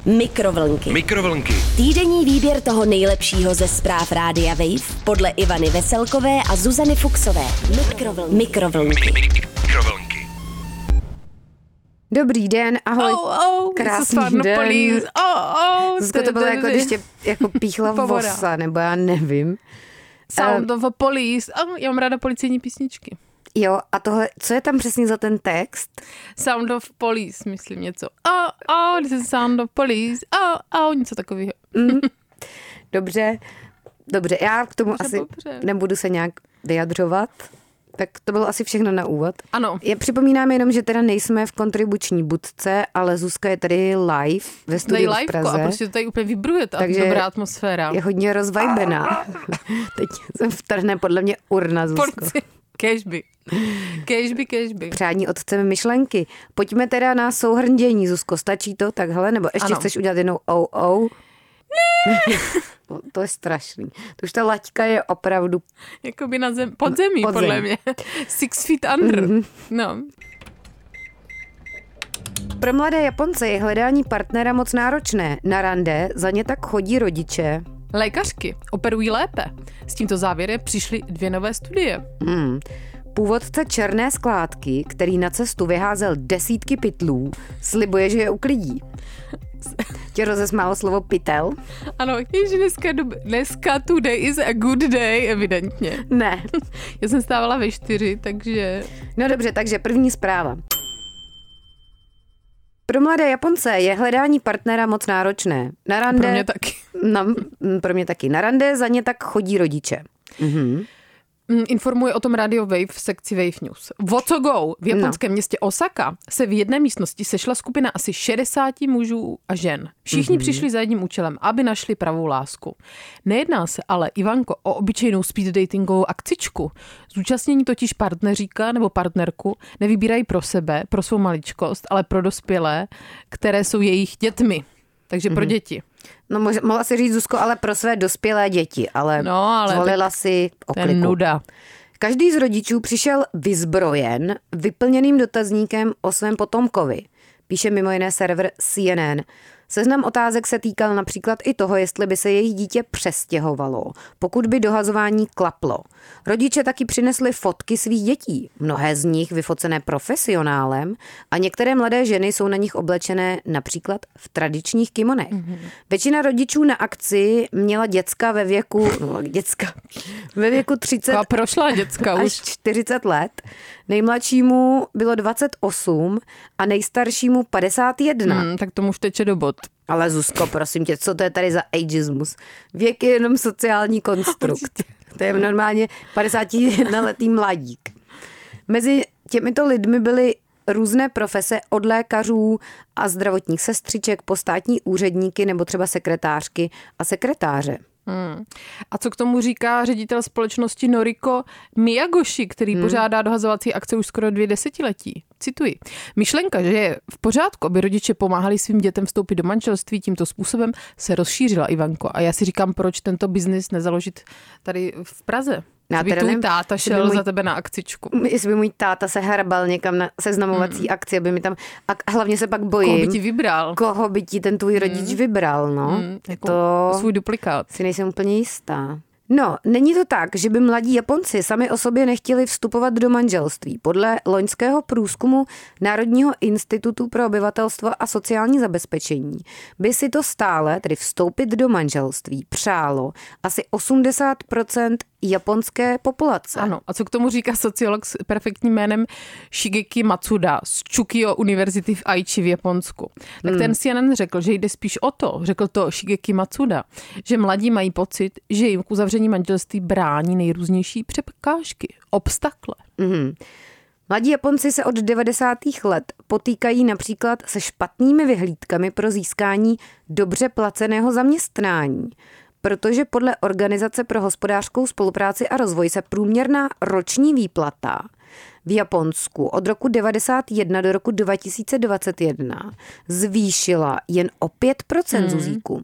Mikrovlnky. Týdenní výběr toho nejlepšího ze zpráv Rádia Wave podle Ivany Veselkové a Zuzany Fuxové. Mikrovlnky. Dobrý den, ahoj. Krásný den. Zuzko, to bylo jako když tě jako píchla vosa, nebo já nevím. Sound of a Police. Já mám ráda policejní písničky. Jo, a tohle, co je tam přesně za ten text? Sound of Police, myslím něco. This is Sound of Police. Něco takového. Dobře, já k tomu asi nebudu se nějak vyjadřovat. Tak to bylo asi všechno na úvod. Ano. Já připomínám jenom, že teda nejsme v kontribuční budce, ale Zuzka je tady live ve studiu v Praze. A prostě to tady úplně vibruje ta dobrá atmosféra. Je hodně rozvajbená. Teď se vtrhne podle mě urna, Zuzko. Kežby. Přání otcem myšlenky. Pojďme teda na souhrn dění, Zuzko. Stačí to takhle? Nebo ještě chceš udělat jednou Ne. To je strašný. To už ta laťka je opravdu... Jakoby na podzemí, podle mě. 6 feet under. No. Pro mladé Japonce je hledání partnera moc náročné. Na rande za ně tak chodí rodiče. Lékařky operují lépe. S tímto závěrem přišly 2 nové studie. Původce černé skládky, který na cestu vyházel desítky pytlů, slibuje, že je uklidí. Tě rozesmálo slovo pytel? Ano, dneska today is a good day, evidentně. Ne. Já jsem stávala ve 4, takže... No dobře, takže první zpráva. Pro mladé Japonce je hledání partnera moc náročné. Na rande... Pro mě taky. Pro mě taky. Na rande za ně tak chodí rodiče. Informuje o tom Radio Wave v sekci Wave News. Wotogo v japonském městě Osaka se v jedné místnosti sešla skupina asi 60 mužů a žen. Všichni přišli za jedním účelem, aby našli pravou lásku. Nejedná se ale, Ivanko, o obyčejnou speed datingovou akcičku. Zúčastnění totiž partneříka nebo partnerku nevybírají pro sebe, pro svou maličkost, ale pro dospělé, které jsou jejich dětmi. Takže pro děti. No mohla si říct, Zuzko, ale pro své dospělé děti, ale zvolila si okliku. Nuda. Každý z rodičů přišel vyzbrojen vyplněným dotazníkem o svém potomkovi. Píše mimo jiné server CNN. Seznam otázek se týkal například i toho, jestli by se jejich dítě přestěhovalo, pokud by dohazování klaplo. Rodiče taky přinesli fotky svých dětí, mnohé z nich vyfocené profesionálem a některé mladé ženy jsou na nich oblečené například v tradičních kimonech. Většina rodičů na akci měla děcka ve věku 30 až 40 let. Nejmladšímu bylo 28 a nejstaršímu 51. Tak tomu už teče do bod. Ale Zuzko, prosím tě, co to je tady za ageismus? Věk je jenom sociální konstrukt. To je normálně 51letý mladík. Mezi těmito lidmi byly různé profese od lékařů a zdravotních sestřiček po státní úředníky nebo třeba sekretářky a sekretáře. A co k tomu říká ředitel společnosti Noriko Miyagoshi, který pořádá dohazovací akce už skoro 2 desetiletí? Cituji. Myšlenka, že je v pořádku, aby rodiče pomáhali svým dětem vstoupit do manželství tímto způsobem, se rozšířila, Ivanko. A já si říkám, proč tento biznis nezaložit tady v Praze? By tvůj táta šel za tebe na akcičku. Jestli by můj táta se harbal někam na seznamovací akci, aby mi tam... A hlavně se pak bojím. Koho by ti vybral? Koho by ti ten tvůj rodič vybral, no. Jako to svůj duplikát. Si nejsem úplně jistá. No, není to tak, že by mladí Japonci sami o sobě nechtěli vstupovat do manželství. Podle loňského průzkumu Národního institutu pro obyvatelstvo a sociální zabezpečení by si to stále, tedy vstoupit do manželství, přálo asi 80% japonské populace. Ano, a co k tomu říká sociolog s perfektním jménem Shigeki Matsuda z Chukio univerzity v Aichi v Japonsku. Tak ten CNN řekl, že jde spíš o to, řekl to Shigeki Matsuda, že mladí mají pocit, že jim k uzavření manželství brání nejrůznější překážky, obstakle. Mladí Japonci se od 90. let potýkají například se špatnými vyhlídkami pro získání dobře placeného zaměstnání. Protože podle Organizace pro hospodářskou spolupráci a rozvoj se průměrná roční výplata v Japonsku od roku 1991 do roku 2021 zvýšila jen o 5%, Zuzíku.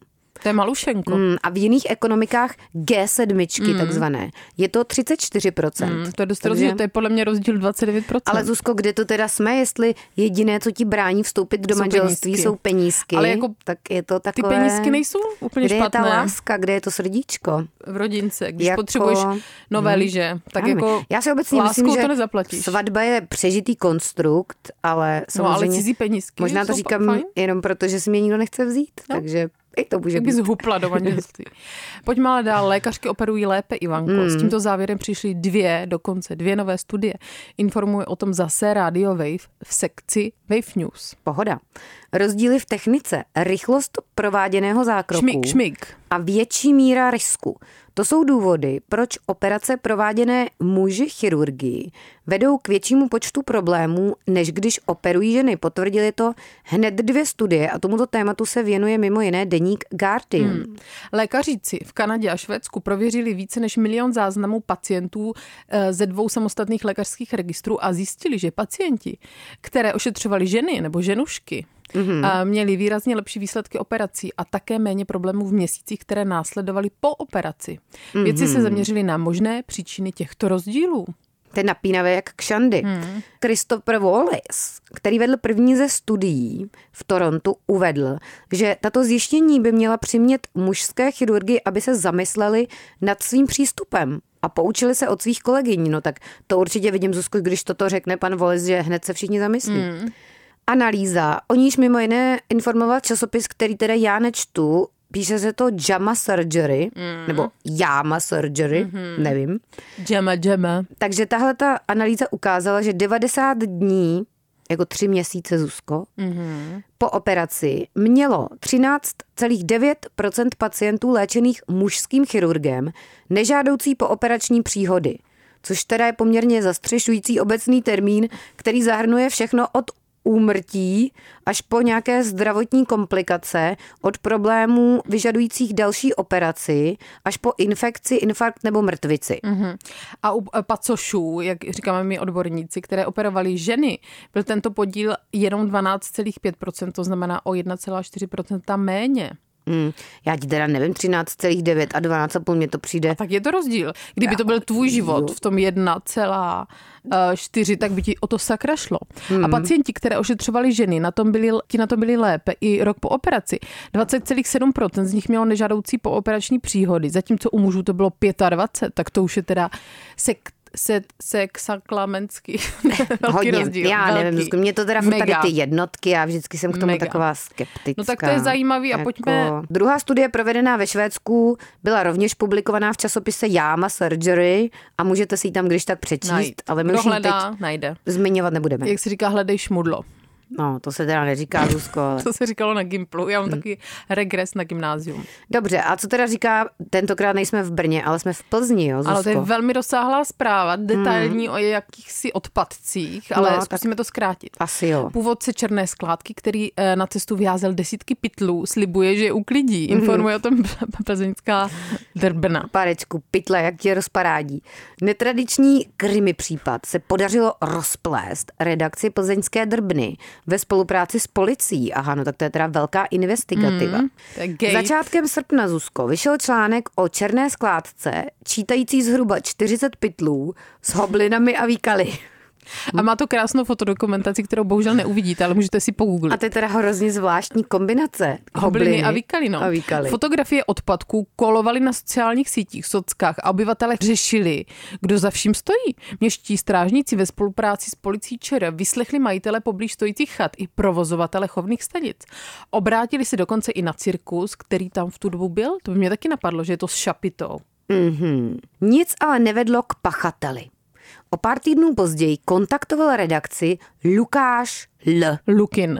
To je malušenko. A v jiných ekonomikách G7 takzvané je to 34%. To je dost rozdíl, to je podle mě rozdíl 29%. Ale Zuzko, kde to teda jsme, jestli jediné, co ti brání vstoupit do manželství, jsou penízky, ale jako tak je to takové... Ty penízky nejsou úplně kde špatné. Kde je ta láska, kde je to srdíčko? V rodince, když potřebuješ nové lyže, tak jako já si obecně myslím, že to nezaplatíš. Svatba je přežitý konstrukt, ale samozřejmě... ale cizí penízky možná to říkám fajn? Jenom proto, že si mě nikdo nechce vzít, takže... I to může být. Zhupla do manželství. Pojďme ale dál. Lékařky operují lépe, Ivanko. S tímto závěrem přišly dokonce dvě nové studie. Informuje o tom zase Radio Wave v sekci Wave News. Pohoda. Rozdíly v technice, rychlost prováděného zákroku šmik. A větší míra risku. To jsou důvody, proč operace prováděné muži chirurgii vedou k většímu počtu problémů, než když operují ženy. Potvrdili to hned 2 studie a tomuto tématu se věnuje mimo jiné deník Guardian. Lékaříci v Kanadě a Švédsku prověřili více než 1 milion záznamů pacientů ze 2 samostatných lékařských registrů a zjistili, že pacienti, které ošetřovali ženy nebo ženušky, měli výrazně lepší výsledky operací a také méně problémů v měsících, které následovaly po operaci. Vědci se zaměřili na možné příčiny těchto rozdílů. To je napínavé jak kšandy. Christopher Wallace, který vedl první ze studií v Torontu, uvedl, že tato zjištění by měla přimět mužské chirurgy, aby se zamysleli nad svým přístupem a poučili se od svých kolegyň. No tak to určitě vidím, Zuzko, když toto řekne pan Wallace, že hned se všichni zamyslí. Analýza, o níž mimo jiné informoval časopis, který teda já nečtu, píše se to JAMA Surgery, nebo JAMA Surgery, nevím. JAMA. Takže tahle ta analýza ukázala, že 90 dní, jako 3 měsíce, Zuzko, po operaci mělo 13,9% pacientů léčených mužským chirurgem nežádoucí pooperační příhody, což teda je poměrně zastřešující obecný termín, který zahrnuje všechno od úmrtí až po nějaké zdravotní komplikace, od problémů vyžadujících další operaci až po infekci, infarkt nebo mrtvici. A u pacošů, jak říkáme my odborníci, které operovali ženy, byl tento podíl jenom 12,5%, to znamená o 1,4% méně. Já ti teda nevím, 13,9 a 12,5 mě to přijde. A tak je to rozdíl. Kdyby to byl tvůj život v tom 1,4, tak by ti o to sakra šlo. A pacienti, které ošetřovali ženy, na tom byli lépe i rok po operaci. 20,7% z nich mělo nežádoucí pooperační příhody, zatímco u mužů to bylo 25, tak to už je teda sexaklamenský. Hodně, rozdíl. Já nevím, mě to teda furt tady ty jednotky, já vždycky jsem k tomu taková skeptická. No tak to je zajímavý a pojďme. Druhá studie provedená ve Švédsku byla rovněž publikovaná v časopise JAMA Surgery a můžete si ji tam když tak přečíst, ale my už ji teď najde. Zmiňovat nebudeme. Jak se říká, hledej šmudlo. No, to se teda neříká, Zuzko. Ale... To se říkalo na Gimplu, já mám taky regres na gymnázium. Dobře, a co teda říká, tentokrát nejsme v Brně, ale jsme v Plzni, jo, Zuzko? Ale to je velmi rozsáhlá zpráva, detailní o jakýchsi odpadcích, ale zkusíme to zkrátit. Asi jo. Původce černé skládky, který na cestu vyházel desítky pytlů, slibuje, že je uklidí. Informuje o tom plzeňská Drbna. Párečku, pytle, jak tě rozparádí. Netradiční krimi případ se podařilo rozplést redakci plzeňské Drbny ve spolupráci s policií. Aha, no tak to je teda velká investigativa. Začátkem srpna, Zuzko, vyšel článek o černé skládce, čítající zhruba 40 pytlů s hoblinami a výkaly. A má to krásnou fotodokumentaci, kterou bohužel neuvidíte, ale můžete si pogooglit. A to je teda hrozně zvláštní kombinace. Hobliny a výkaly, no. Fotografie odpadků kolovaly na sociálních sítích, sockách a obyvatelé řešili, kdo za vším stojí. Městští strážníci ve spolupráci s policií ČR vyslechli majitele poblíž stojících chat i provozovatele chovných stanic. Obrátili se dokonce i na cirkus, který tam v tu dobu byl. To by mě taky napadlo, že je to s šapitou. Nic ale nevedlo k pachateli. O pár týdnů později kontaktoval redakci Lukáš Lukin,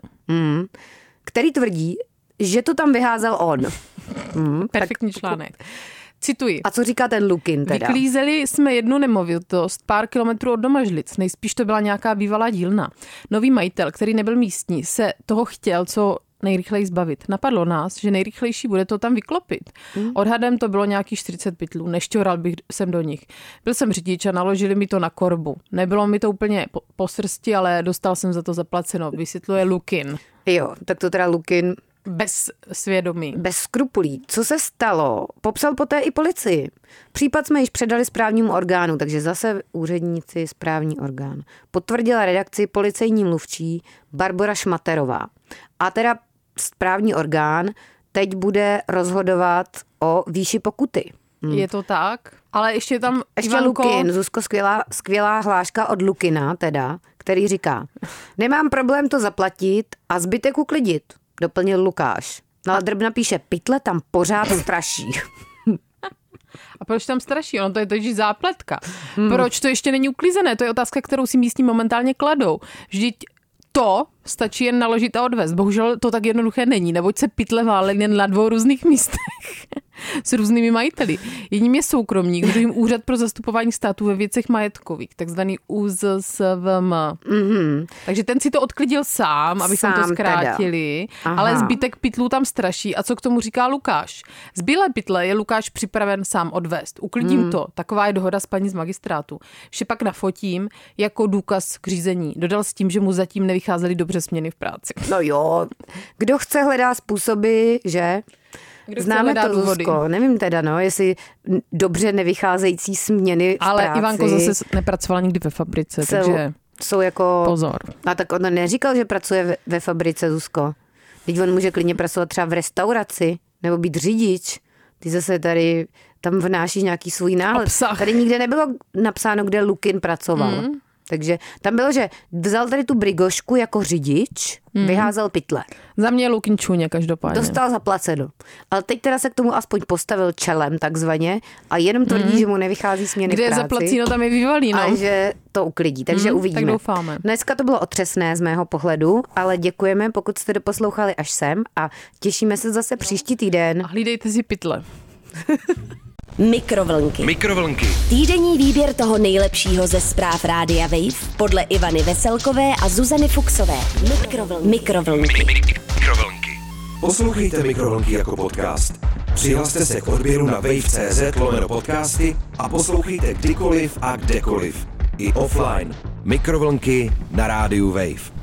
který tvrdí, že to tam vyházel on. Perfektní článek. Cituji. A co říká ten Lukin teda? Vyklízeli jsme jednu nemovitost pár kilometrů od Domažlic. Nejspíš to byla nějaká bývalá dílna. Nový majitel, který nebyl místní, se toho chtěl co nejrychleji zbavit. Napadlo nás, že nejrychlejší bude to tam vyklopit. Odhadem to bylo nějakých 40 pytlů. Nešťoural bych sem do nich. Byl jsem řidič a naložili mi to na korbu. Nebylo mi to úplně po srsti, ale dostal jsem za to zaplaceno. Vysvětluje Lukin. Jo, tak to teda Lukin Bez svědomí. Bez skrupulí. Co se stalo, popsal poté i policii. Případ jsme již předali správnímu orgánu, takže zase úředníci správní orgán. Potvrdila redakci policejní mluvčí Barbora Šmaterová. A teda správní orgán teď bude rozhodovat o výši pokuty. Je to tak? Ale ještě tam Ivanko... Lukin, Zuzko, skvělá hláška od Lukina teda, který říká, nemám problém to zaplatit a zbytek uklidit, doplnil Lukáš. No ale Drbna píše, pytle tam pořád straší. A proč tam straší? Ono to je totiž zápletka. Proč to ještě není uklízené? To je otázka, kterou si místní momentálně kladou. Vždyť to stačí jen naložit a odvést. Bohužel to tak jednoduché není, neboť se pytle válely jen na 2 různých místech s různými majiteli. Jedním je soukromník, druhým úřad pro zastupování státu ve věcech majetkových, takzvaný ÚZSVM. Takže ten si to odklidil sám, abychom to zkrátili, ale zbytek pytlů tam straší. A co k tomu říká Lukáš? Zbylé pytle je Lukáš připraven sám odvést. Uklidím to. Taková je dohoda s paní z magistrátu. Vše pak nafotím jako důkaz k řízení. Dodal s tím, že mu zatím nevycházely dobře směny v práci. No jo, kdo chce hledá způsoby, že... Známe to, Zuzko. Nevím teda, no, jestli dobře nevycházející směny v práci. Ale Ivanko zase nepracovala nikdy ve fabrice, takže jsou jako... Pozor. A tak on neříkal, že pracuje ve fabrice, Zuzko. Teď on může klidně pracovat třeba v restauraci, nebo být řidič. Ty zase tady tam vnášíš nějaký svůj náhled. Obsah. Tady nikde nebylo napsáno, kde Lukin pracoval. Takže tam bylo, že vzal tady tu brigošku jako řidič, vyházel pytle. Za mě Lukin čuně každopádně. Dostal zaplaceno. Ale teď teda se k tomu aspoň postavil čelem takzvaně a jenom tvrdí, že mu nevychází směny v práci. Kde je zaplací, no tam je vyvalí, no. A že to uklidí, takže uvidíme. Tak doufáme. Dneska to bylo otřesné z mého pohledu, ale děkujeme, pokud jste doposlouchali až sem a těšíme se zase příští týden. A hlídejte si pytle. Mikrovlnky. Týdenní výběr toho nejlepšího ze zpráv Rádia Wave podle Ivany Veselkové a Zuzany Fuksové. Mikrovlnky. Poslouchejte Mikrovlnky jako podcast. Přihlaste se k odběru na wave.cz/podcasty a poslouchejte kdykoliv a kdekoliv. I offline. Mikrovlnky na rádiu Wave.